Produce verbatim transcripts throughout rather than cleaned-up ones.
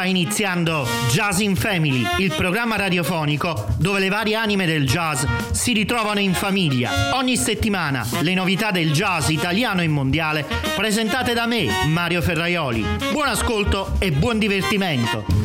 iniziando Jazz in Family, il programma radiofonico dove le varie anime del jazz si ritrovano in famiglia. Ogni settimana le novità del jazz italiano e mondiale presentate da me, Mario Ferraioli. Buon ascolto e buon divertimento.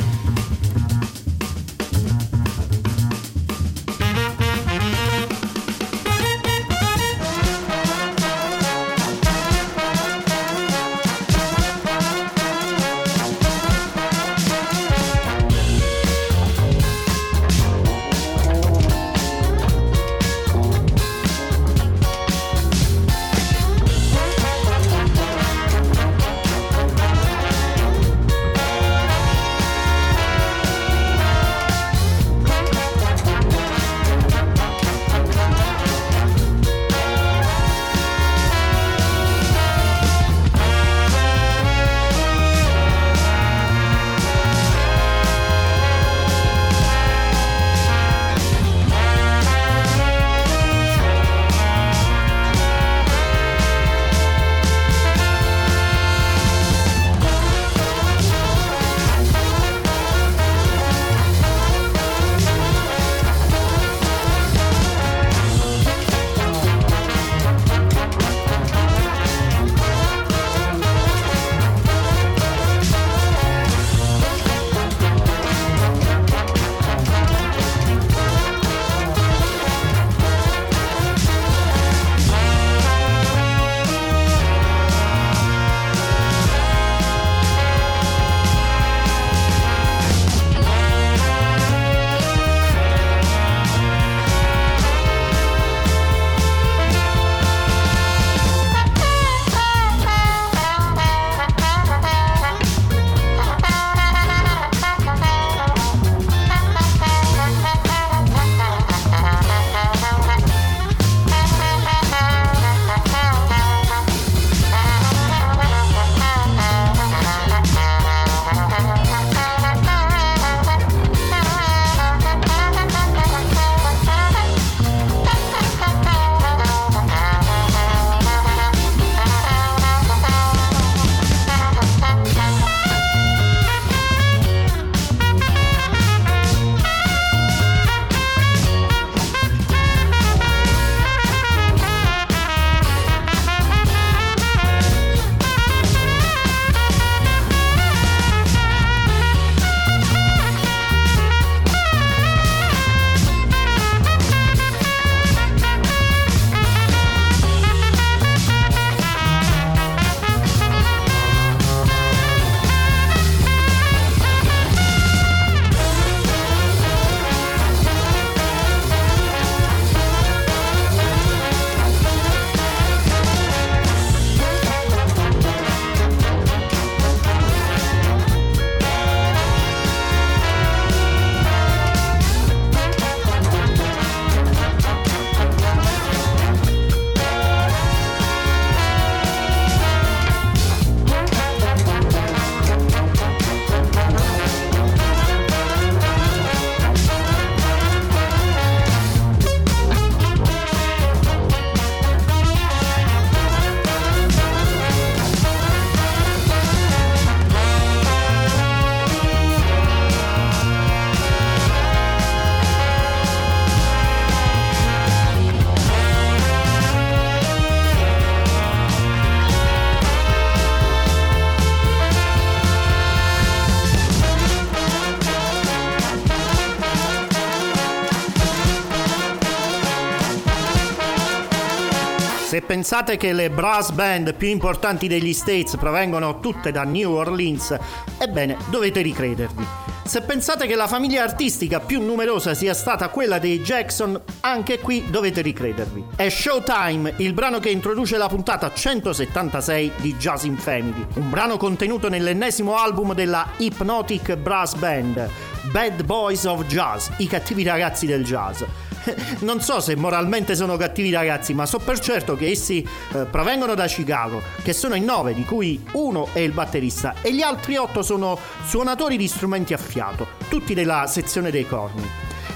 Se pensate che le brass band più importanti degli States provengono tutte da New Orleans, ebbene, dovete ricredervi. Se pensate che la famiglia artistica più numerosa sia stata quella dei Jackson, anche qui dovete ricredervi. È Showtime, il brano che introduce la puntata centosettantasei di Jazz in Family, un brano contenuto nell'ennesimo album della Hypnotic Brass Band, Bad Boys of Jazz, i cattivi ragazzi del jazz. Non so se moralmente sono cattivi ragazzi, ma so per certo che essi eh, provengono da Chicago, che sono in nove, di cui uno è il batterista e gli altri otto sono suonatori di strumenti a fiato, tutti della sezione dei corni.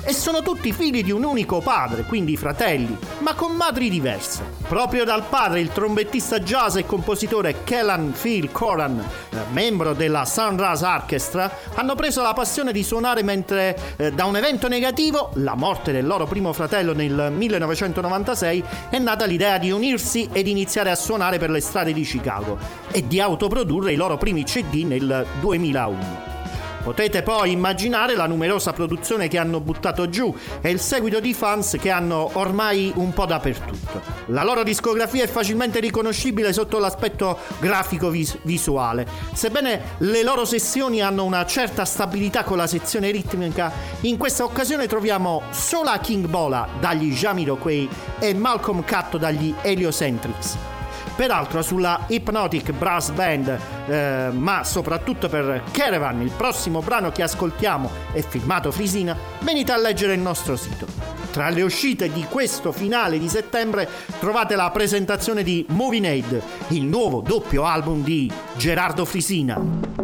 e sono tutti figli di un unico padre, quindi fratelli, ma con madri diverse. Proprio dal padre, il trombettista jazz e compositore Kellan Phil Coran, eh, membro della Sunrise Orchestra, hanno preso la passione di suonare mentre eh, da un evento negativo, la morte del loro primo fratello nel millenovecentonovantasei, è nata l'idea di unirsi ed iniziare a suonare per le strade di Chicago e di autoprodurre i loro primi C D nel duemilauno. Potete poi immaginare la numerosa produzione che hanno buttato giù e il seguito di fans che hanno ormai un po' dappertutto. La loro discografia è facilmente riconoscibile sotto l'aspetto grafico-visuale. Sebbene le loro sessioni hanno una certa stabilità con la sezione ritmica, in questa occasione troviamo Sola King Bola dagli Jamiroquai e Malcolm Catto dagli Heliocentrics. Peraltro sulla Hypnotic Brass Band, eh, ma soprattutto per Caravan, il prossimo brano che ascoltiamo è firmato Frisina, venite a leggere il nostro sito. Tra le uscite di questo finale di settembre trovate la presentazione di Moving-Aid, il nuovo doppio album di Gerardo Frisina.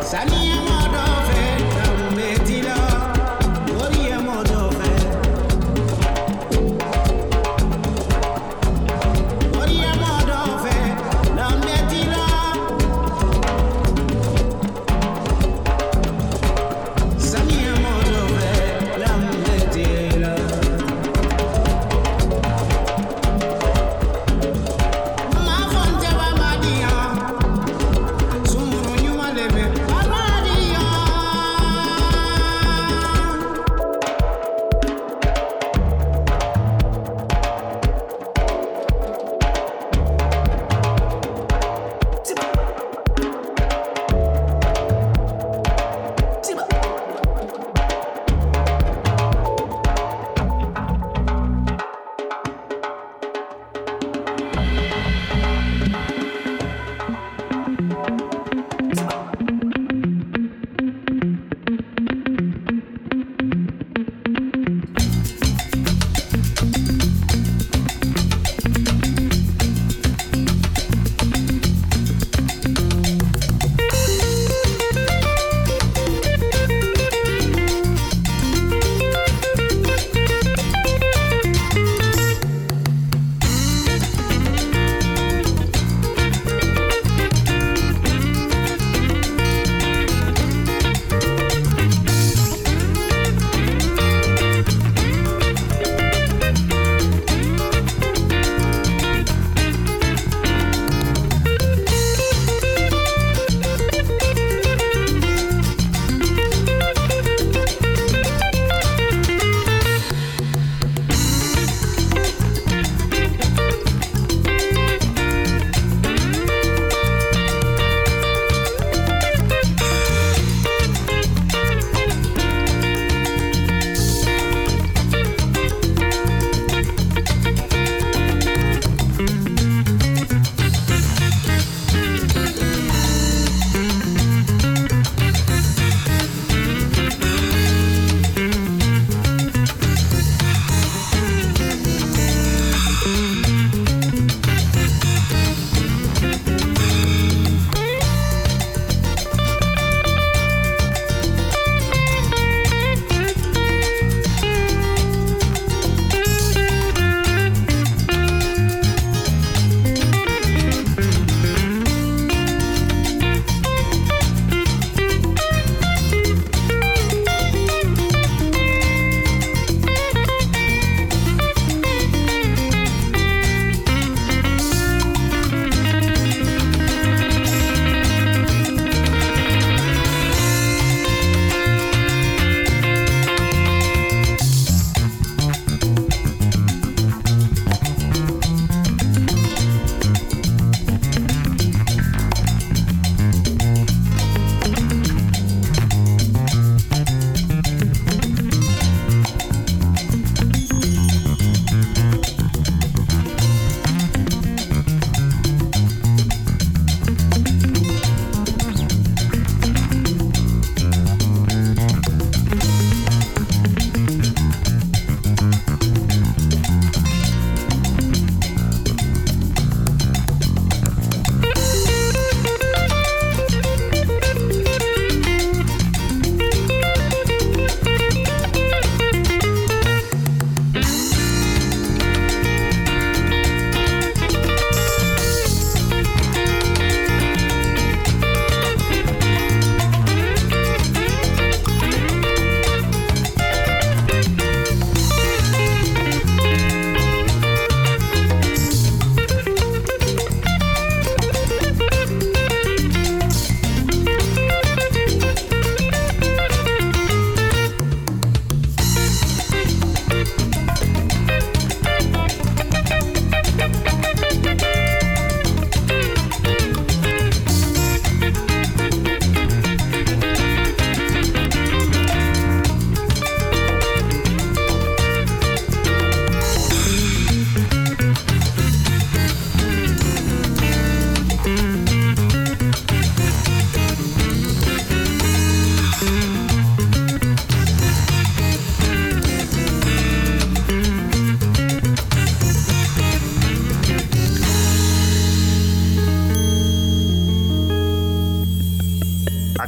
Bye.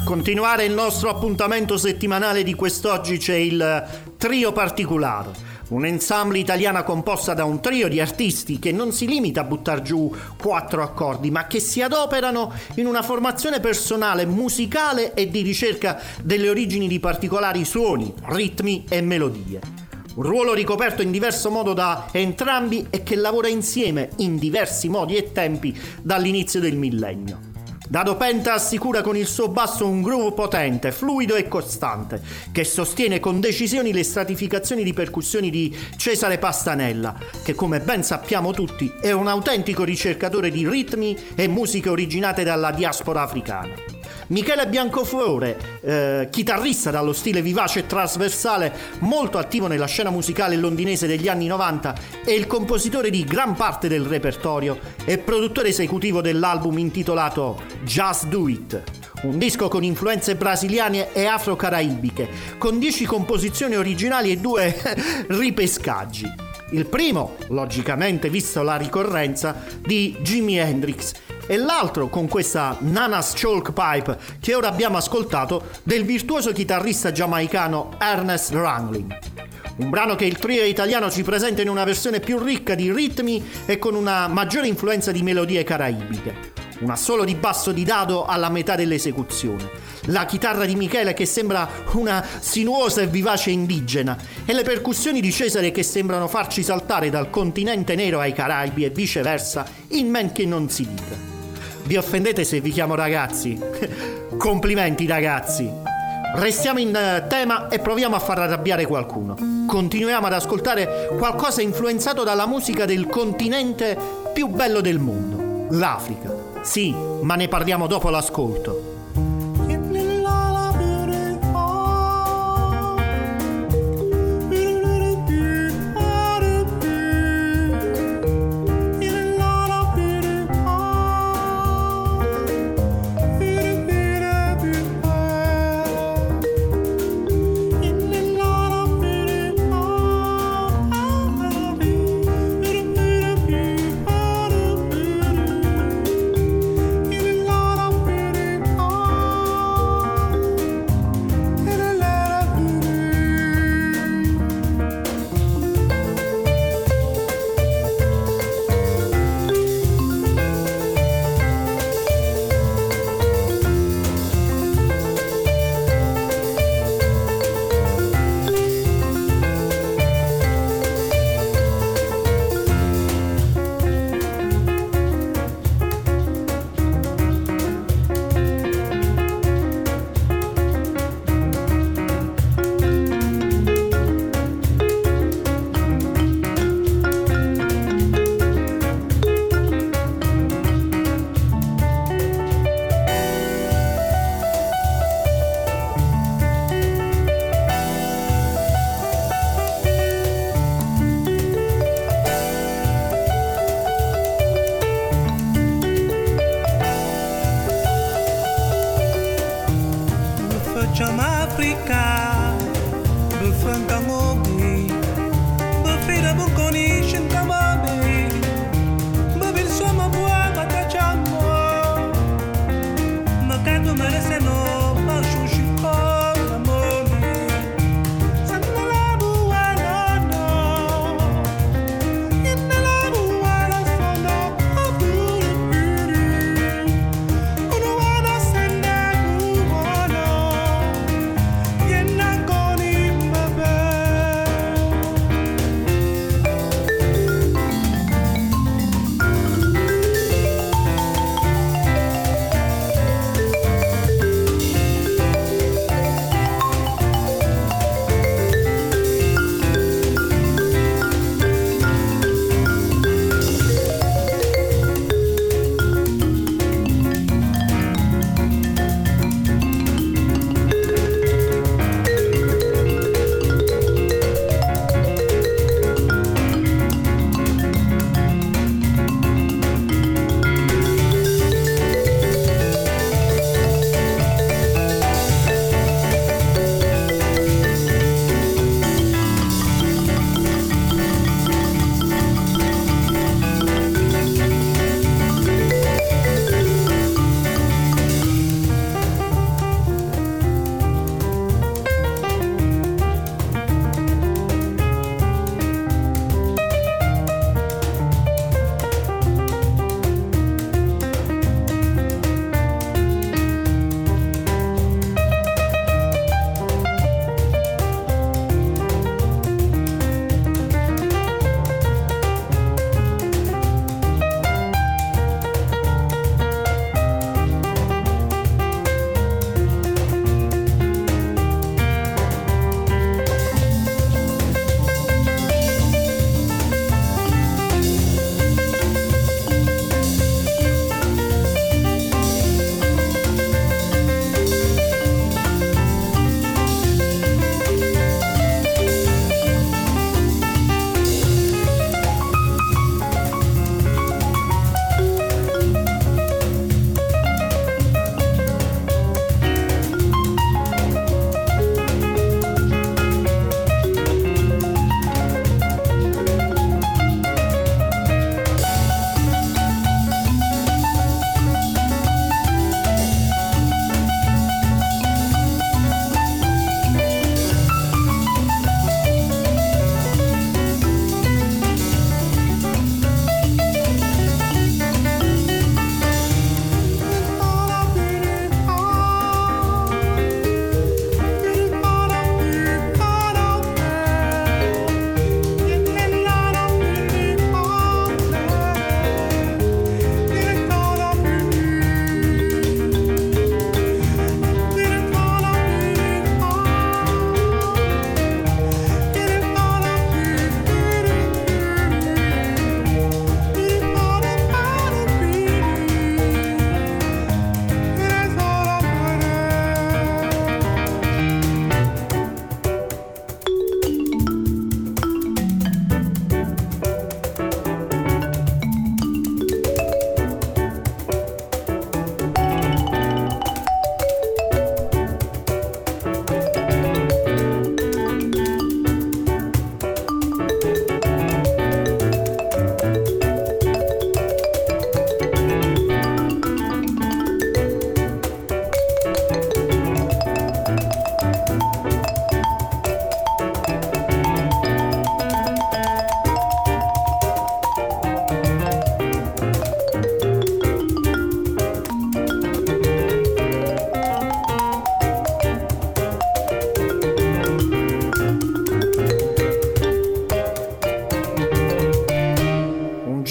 continuare il nostro appuntamento settimanale di quest'oggi c'è il Trio Particolare, un ensemble italiana composta da un trio di artisti che non si limita a buttar giù quattro accordi, ma che si adoperano in una formazione personale, musicale e di ricerca delle origini di particolari suoni, ritmi e melodie. Un ruolo ricoperto in diverso modo da entrambi e che lavora insieme in diversi modi e tempi dall'inizio del millennio. Dado Penta assicura con il suo basso un groove potente, fluido e costante, che sostiene con decisioni le stratificazioni di percussioni di Cesare Pastanella, che come ben sappiamo tutti è un autentico ricercatore di ritmi e musiche originate dalla diaspora africana. Michele Biancofiore, eh, chitarrista dallo stile vivace e trasversale, molto attivo nella scena musicale londinese degli anni novanta, è il compositore di gran parte del repertorio e produttore esecutivo dell'album intitolato Just Do It, un disco con influenze brasiliane e afro-caraibiche, con dieci composizioni originali e due ripescaggi. Il primo, logicamente, visto la ricorrenza, di Jimi Hendrix, e l'altro con questa Nana's Chalk Pipe che ora abbiamo ascoltato del virtuoso chitarrista giamaicano Ernest Ranglin. Un brano che il trio italiano ci presenta in una versione più ricca di ritmi e con una maggiore influenza di melodie caraibiche. Un assolo di basso di dado alla metà dell'esecuzione, la chitarra di Michele che sembra una sinuosa e vivace indigena e le percussioni di Cesare che sembrano farci saltare dal continente nero ai Caraibi e viceversa, in men che non si dica. Vi offendete se vi chiamo ragazzi? Complimenti ragazzi! Restiamo in tema e proviamo a far arrabbiare qualcuno. Continuiamo ad ascoltare qualcosa influenzato dalla musica del continente più bello del mondo, l'Africa. Sì, ma ne parliamo dopo l'ascolto. You know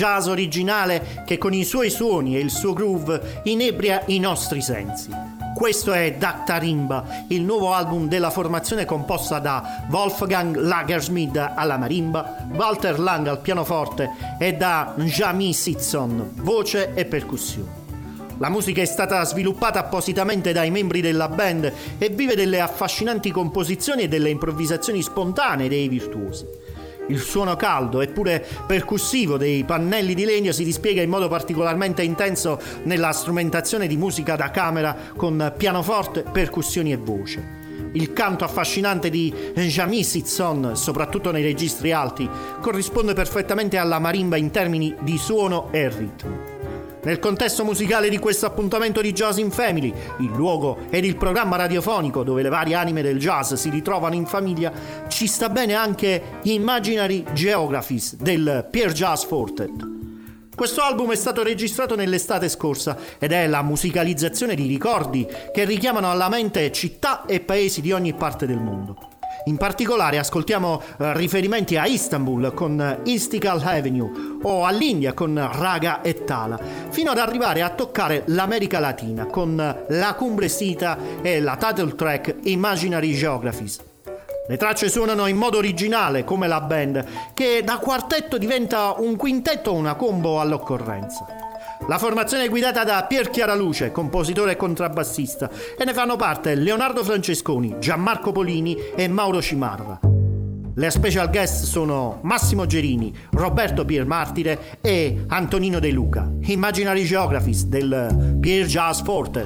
jazz originale che con i suoi suoni e il suo groove inebria i nostri sensi. Questo è Daktarimba, il nuovo album della formazione composta da Wolfgang Lagersmith alla marimba, Walter Lang al pianoforte e da Njami Sitson, voce e percussioni. La musica è stata sviluppata appositamente dai membri della band e vive delle affascinanti composizioni e delle improvvisazioni spontanee dei virtuosi. Il suono caldo eppure percussivo dei pannelli di legno si dispiega in modo particolarmente intenso nella strumentazione di musica da camera con pianoforte, percussioni e voce. Il canto affascinante di Njami Sitson, soprattutto nei registri alti, corrisponde perfettamente alla marimba in termini di suono e ritmo. Nel contesto musicale di questo appuntamento di Jazz in Family, il luogo ed il programma radiofonico dove le varie anime del jazz si ritrovano in famiglia, ci sta bene anche Imaginary Geographies del Pier Jazz Quartet. Questo album è stato registrato nell'estate scorsa ed è la musicalizzazione di ricordi che richiamano alla mente città e paesi di ogni parte del mondo. In particolare ascoltiamo eh, riferimenti a Istanbul con Istiklal Avenue o all'India con Raga e Tala, fino ad arrivare a toccare l'America Latina con La Cumbre Sita e la title track Imaginary Geographies. Le tracce suonano in modo originale come la band, che da quartetto diventa un quintetto o una combo all'occorrenza. La formazione è guidata da Pier Chiaraluce, compositore e contrabbassista, e ne fanno parte Leonardo Francesconi, Gianmarco Polini e Mauro Cimarra. Le special guest sono Massimo Gerini, Roberto Piermartire e Antonino De Luca. Imaginary Geographies del Pier Jazz Quartet.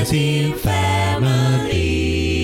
Jazzy Family.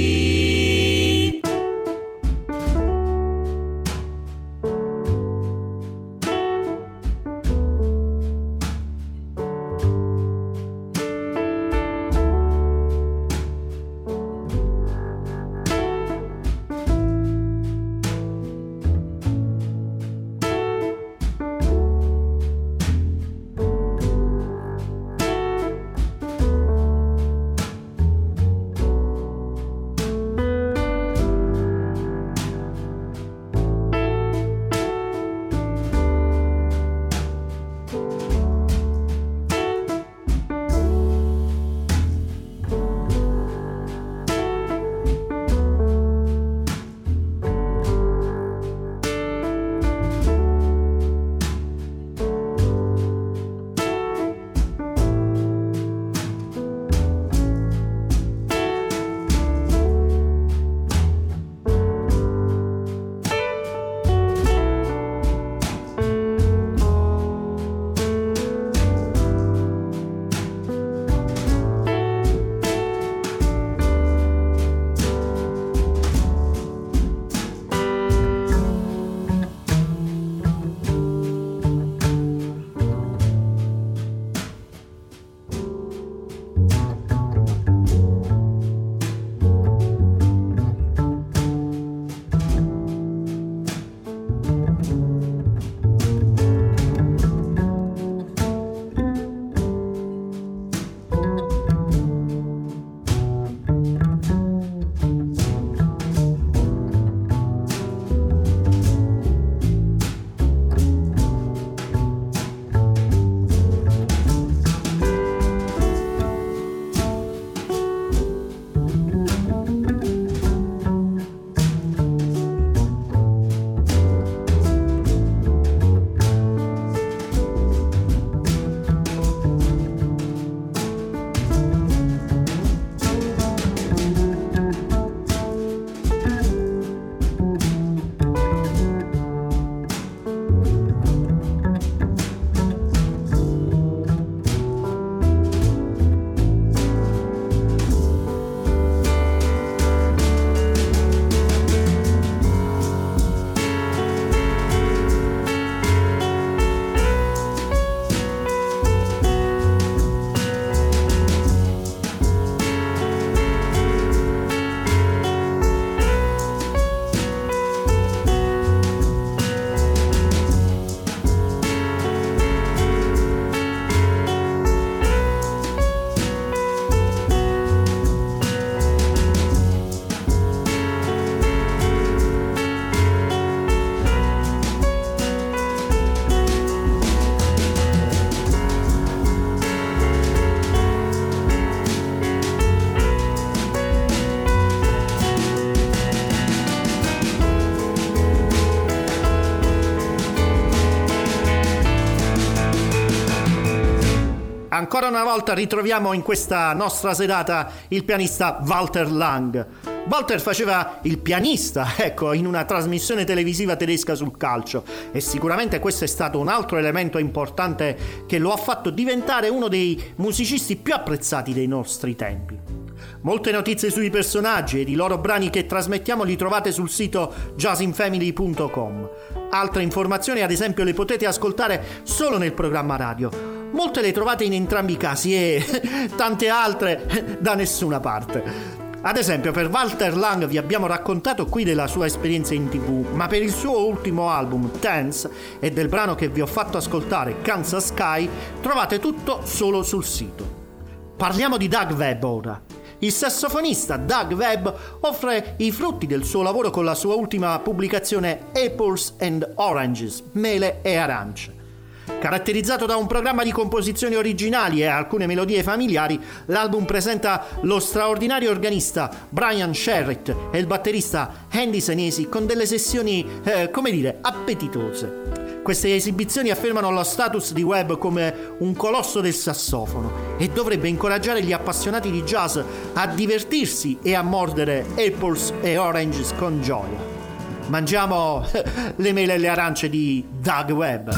Ancora una volta ritroviamo in questa nostra serata il pianista Walter Lang. Walter faceva il pianista, ecco, in una trasmissione televisiva tedesca sul calcio, e sicuramente questo è stato un altro elemento importante che lo ha fatto diventare uno dei musicisti più apprezzati dei nostri tempi. Molte notizie sui personaggi ed i loro brani che trasmettiamo li trovate sul sito jazzinfamily punto com. Altre informazioni, ad esempio, le potete ascoltare solo nel programma radio. Molte le trovate in entrambi i casi e tante altre da nessuna parte. Ad esempio, per Walter Lang vi abbiamo raccontato qui della sua esperienza in tv, ma per il suo ultimo album, Tense, e del brano che vi ho fatto ascoltare, Kansas Sky, trovate tutto solo sul sito. Parliamo di Doug Webb ora. Il sassofonista Doug Webb offre i frutti del suo lavoro con la sua ultima pubblicazione Apples and Oranges, mele e arance. Caratterizzato da un programma di composizioni originali e alcune melodie familiari, l'album presenta lo straordinario organista Brian Sherritt e il batterista Andy Senesi con delle sessioni, eh, come dire, appetitose. Queste esibizioni affermano lo status di Webb come un colosso del sassofono e dovrebbe incoraggiare gli appassionati di jazz a divertirsi e a mordere apples e oranges con gioia. Mangiamo le mele e le arance di Doug Webb.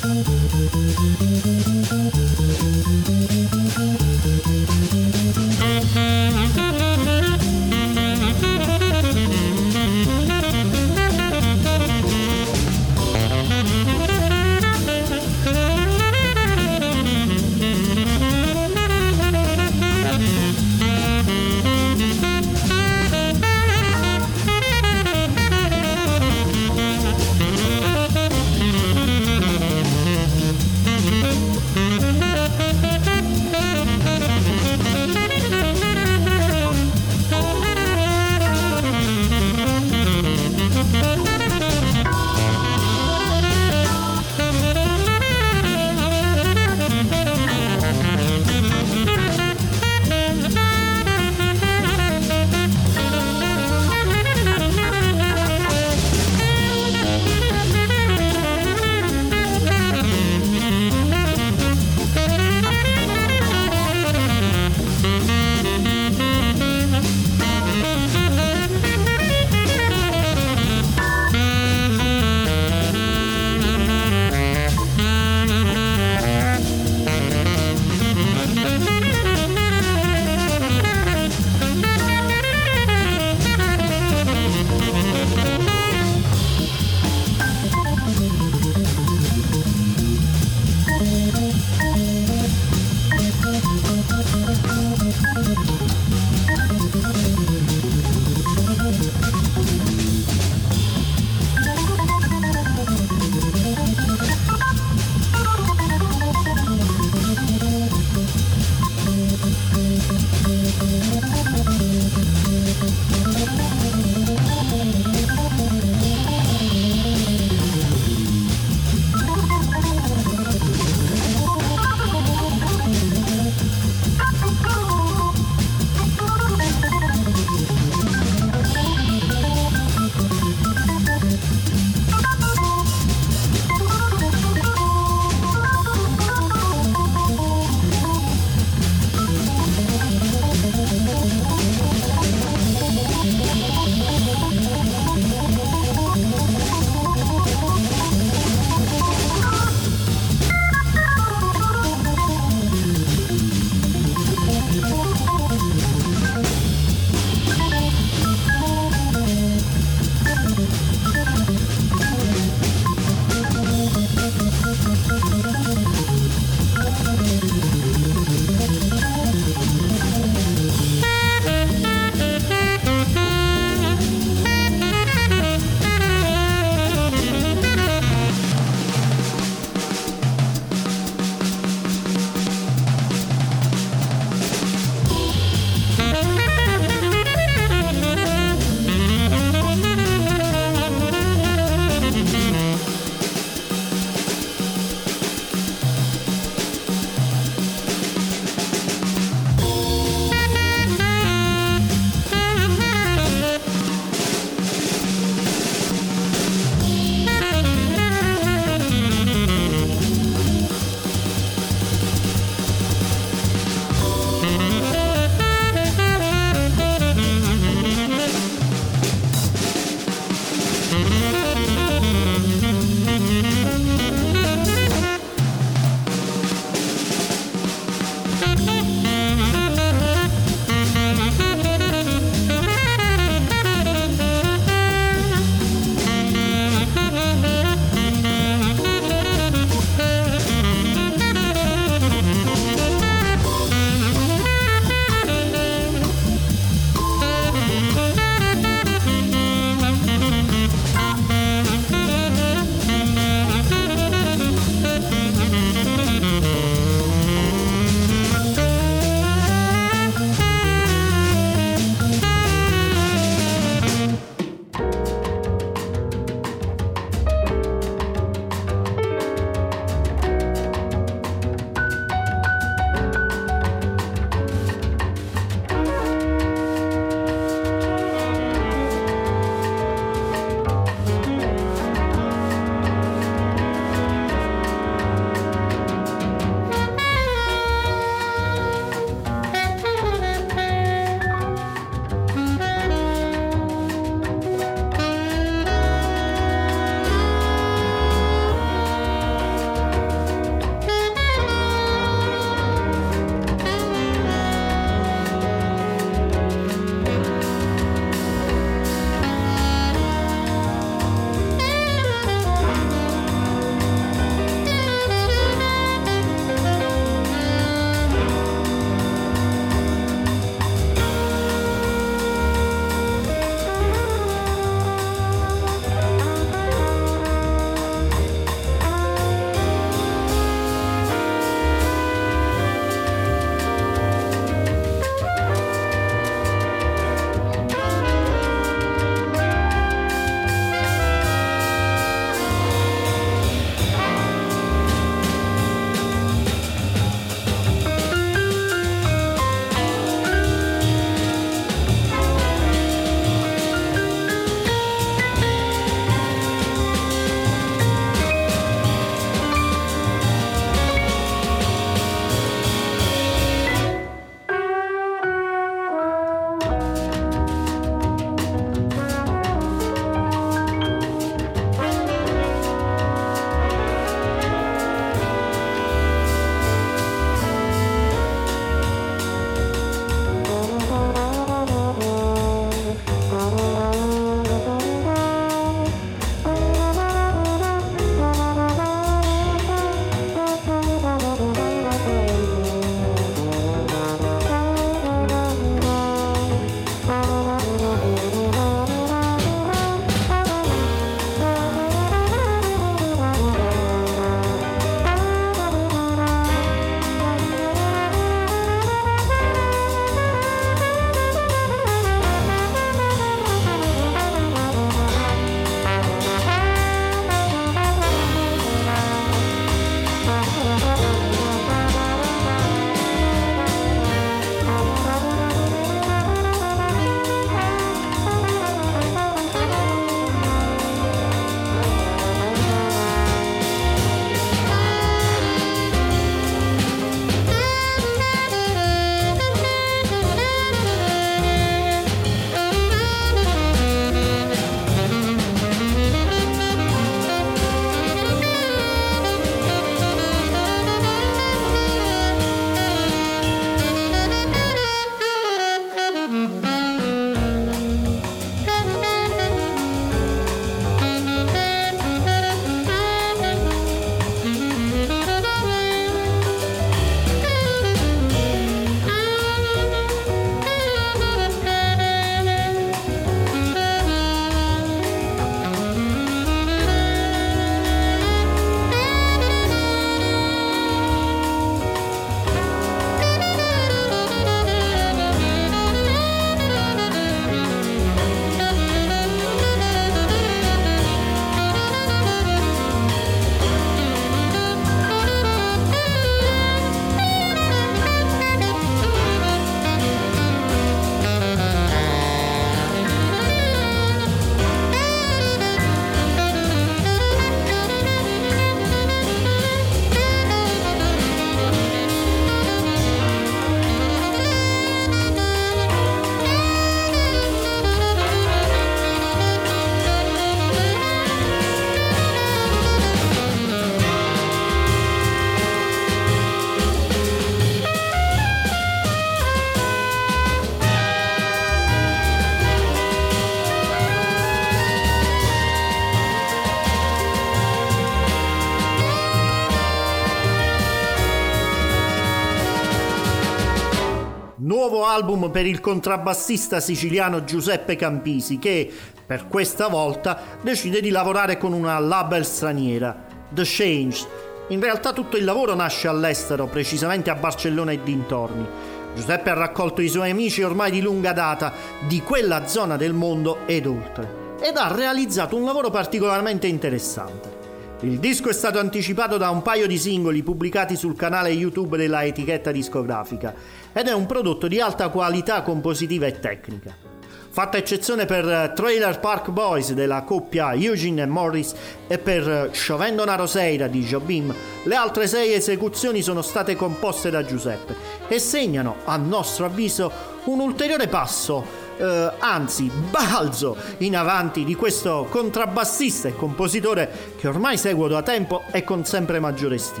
album per il contrabbassista siciliano Giuseppe Campisi, che per questa volta decide di lavorare con una label straniera, The Change. In realtà tutto il lavoro nasce all'estero, precisamente a Barcellona e dintorni. Giuseppe ha raccolto i suoi amici ormai di lunga data di quella zona del mondo ed oltre, ed ha realizzato un lavoro particolarmente interessante. Il disco è stato anticipato da un paio di singoli pubblicati sul canale YouTube della etichetta discografica ed è un prodotto di alta qualità compositiva e tecnica. Fatta eccezione per Trailer Park Boys della coppia Eugene e Morris e per Chovendo una Roseira di Jobim, le altre sei esecuzioni sono state composte da Giuseppe e segnano, a nostro avviso, un ulteriore passo Uh, anzi balzo in avanti di questo contrabbassista e compositore che ormai seguo da tempo e con sempre maggiore stima.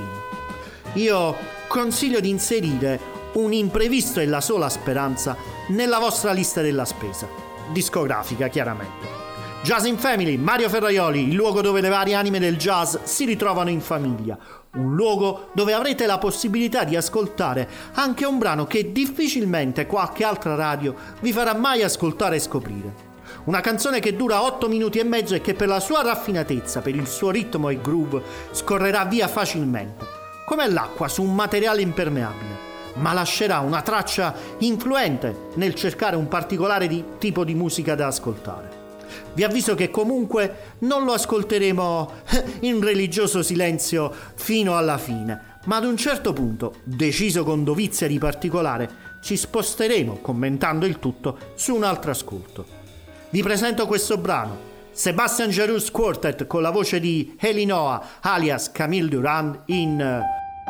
Io consiglio di inserire Un imprevisto e la sola speranza nella vostra lista della spesa discografica, chiaramente. Jazz in Family, Mario Ferraioli, il luogo dove le varie anime del jazz si ritrovano in famiglia, un luogo dove avrete la possibilità di ascoltare anche un brano che difficilmente qualche altra radio vi farà mai ascoltare e scoprire. Una canzone che dura otto minuti e mezzo e che per la sua raffinatezza, per il suo ritmo e groove, scorrerà via facilmente, come l'acqua su un materiale impermeabile, ma lascerà una traccia influente nel cercare un particolare di tipo di musica da ascoltare. Vi avviso che comunque non lo ascolteremo in religioso silenzio fino alla fine, ma ad un certo punto, deciso con dovizia di particolare, ci sposteremo, commentando il tutto, su un altro ascolto. Vi presento questo brano, Sebastian Jarus Quartet con la voce di Elinoa alias Camille Durand in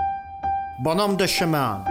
Bonhomme de Chemin.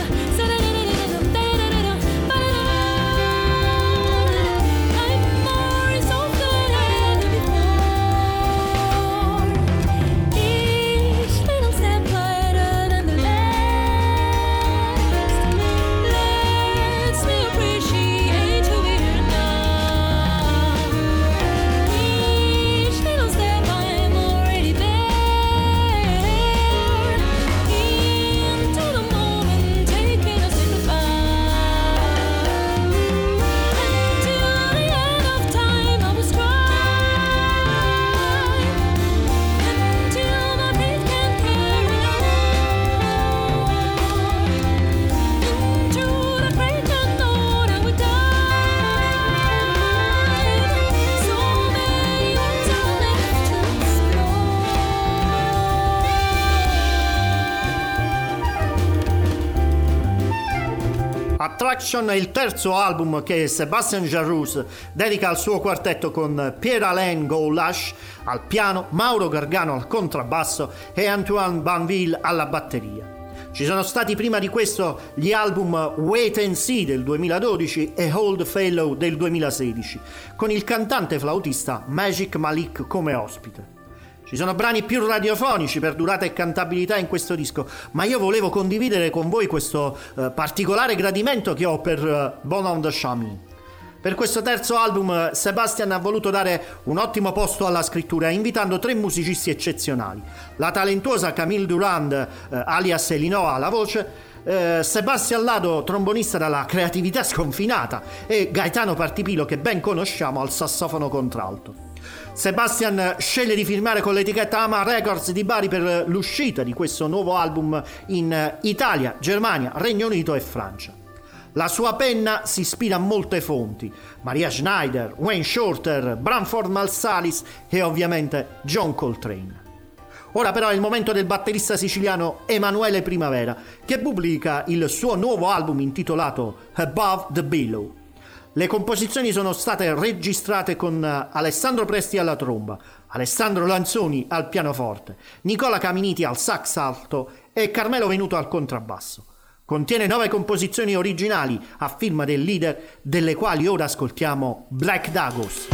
I'm Attraction è il terzo album che Sébastien Jarousse dedica al suo quartetto con Pierre-Alain Goulash al piano, Mauro Gargano al contrabbasso e Antoine Banville alla batteria. Ci sono stati prima di questo gli album Wait and See del duemiladodici e Old Fellow del duemilasedici, con il cantante flautista Magic Malik come ospite. Ci sono brani più radiofonici per durata e cantabilità in questo disco, ma io volevo condividere con voi questo uh, particolare gradimento che ho per uh, Bonhomme de Chamy. Per questo terzo album Sébastien ha voluto dare un ottimo posto alla scrittura, invitando tre musicisti eccezionali: la talentuosa Camille Durand, eh, alias Elinoa alla voce, eh, Sébastien Lado, trombonista dalla creatività sconfinata, e Gaetano Partipilo, che ben conosciamo, al sassofono contralto. Sébastien sceglie di firmare con l'etichetta Ama Records di Bari per l'uscita di questo nuovo album in Italia, Germania, Regno Unito e Francia. La sua penna si ispira a molte fonti: Maria Schneider, Wayne Shorter, Branford Marsalis e ovviamente John Coltrane. Ora però è il momento del batterista siciliano Emanuele Primavera, che pubblica il suo nuovo album intitolato Above the Billow. Le composizioni sono state registrate con Alessandro Presti alla tromba, Alessandro Lanzoni al pianoforte, Nicola Caminiti al sax alto e Carmelo Venuto al contrabbasso. Contiene nove composizioni originali a firma del leader, delle quali ora ascoltiamo Black Dagos.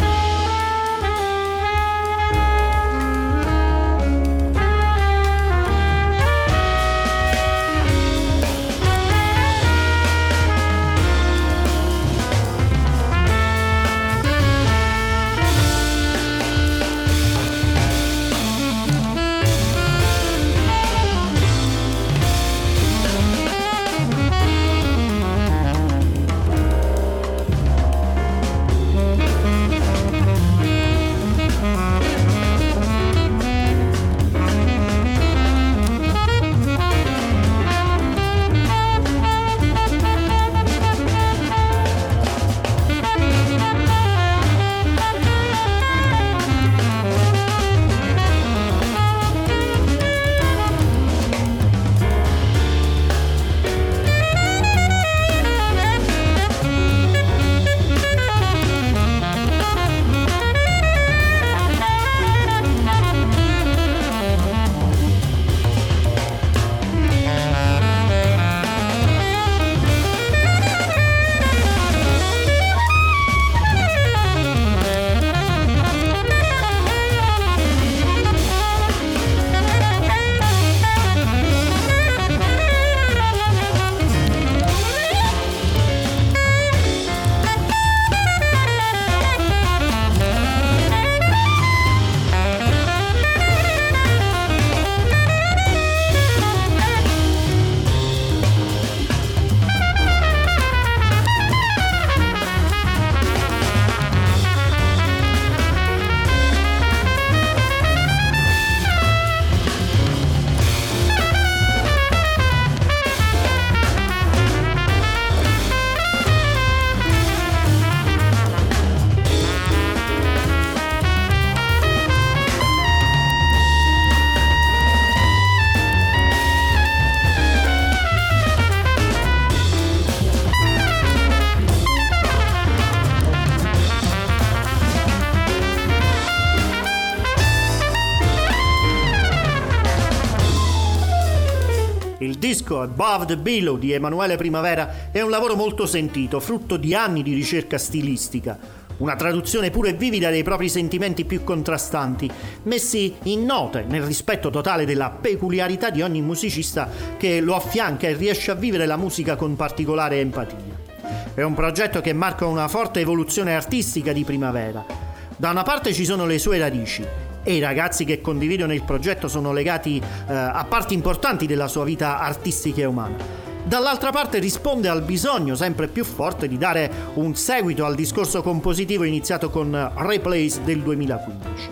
Il disco Above the Billow di Emanuele Primavera è un lavoro molto sentito, frutto di anni di ricerca stilistica, una traduzione pura e vivida dei propri sentimenti più contrastanti, messi in note nel rispetto totale della peculiarità di ogni musicista che lo affianca e riesce a vivere la musica con particolare empatia. È un progetto che marca una forte evoluzione artistica di Primavera. Da una parte ci sono le sue radici, e i ragazzi che condividono il progetto sono legati eh, a parti importanti della sua vita artistica e umana. Dall'altra parte risponde al bisogno sempre più forte di dare un seguito al discorso compositivo iniziato con Replace del duemilaquindici.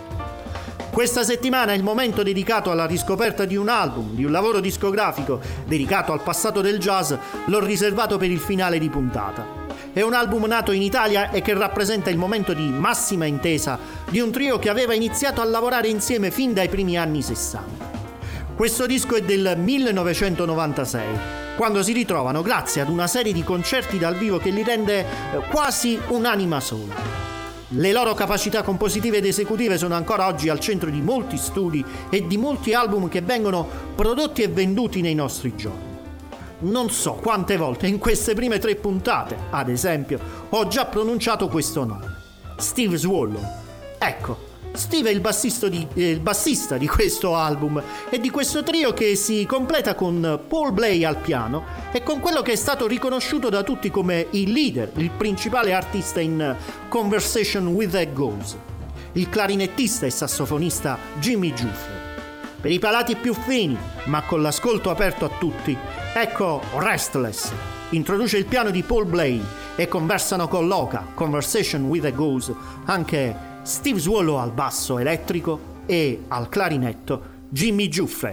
Questa settimana è il momento dedicato alla riscoperta di un album, di un lavoro discografico dedicato al passato del jazz, l'ho riservato per il finale di puntata. È un album nato in Italia e che rappresenta il momento di massima intesa di un trio che aveva iniziato a lavorare insieme fin dai primi anni sessanta. Questo disco è del millenovecentonovantasei, quando si ritrovano grazie ad una serie di concerti dal vivo che li rende quasi un'anima sola. Le loro capacità compositive ed esecutive sono ancora oggi al centro di molti studi e di molti album che vengono prodotti e venduti nei nostri giorni. Non so quante volte in queste prime tre puntate, ad esempio, ho già pronunciato questo nome. Steve Swallow. Ecco, Steve è il bassista, di, eh, il bassista di questo album e di questo trio che si completa con Paul Bley al piano e con quello che è stato riconosciuto da tutti come il leader, il principale artista in Conversation with a Ghost, il clarinettista e sassofonista Jimmy Giuffre. Per i palati più fini, ma con l'ascolto aperto a tutti, ecco Restless. Introduce il piano di Paul Bley e conversano con l'Oca, Conversation with a Ghost, anche Steve Swallow al basso elettrico e al clarinetto Jimmy Giuffre.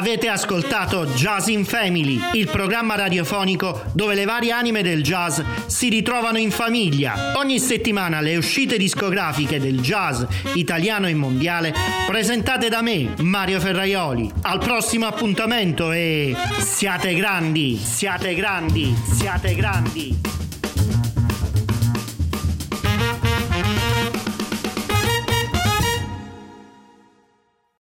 Avete ascoltato Jazz in Family, il programma radiofonico dove le varie anime del jazz si ritrovano in famiglia. Ogni settimana le uscite discografiche del jazz italiano e mondiale presentate da me, Mario Ferraioli. Al prossimo appuntamento e siate grandi, siate grandi, siate grandi.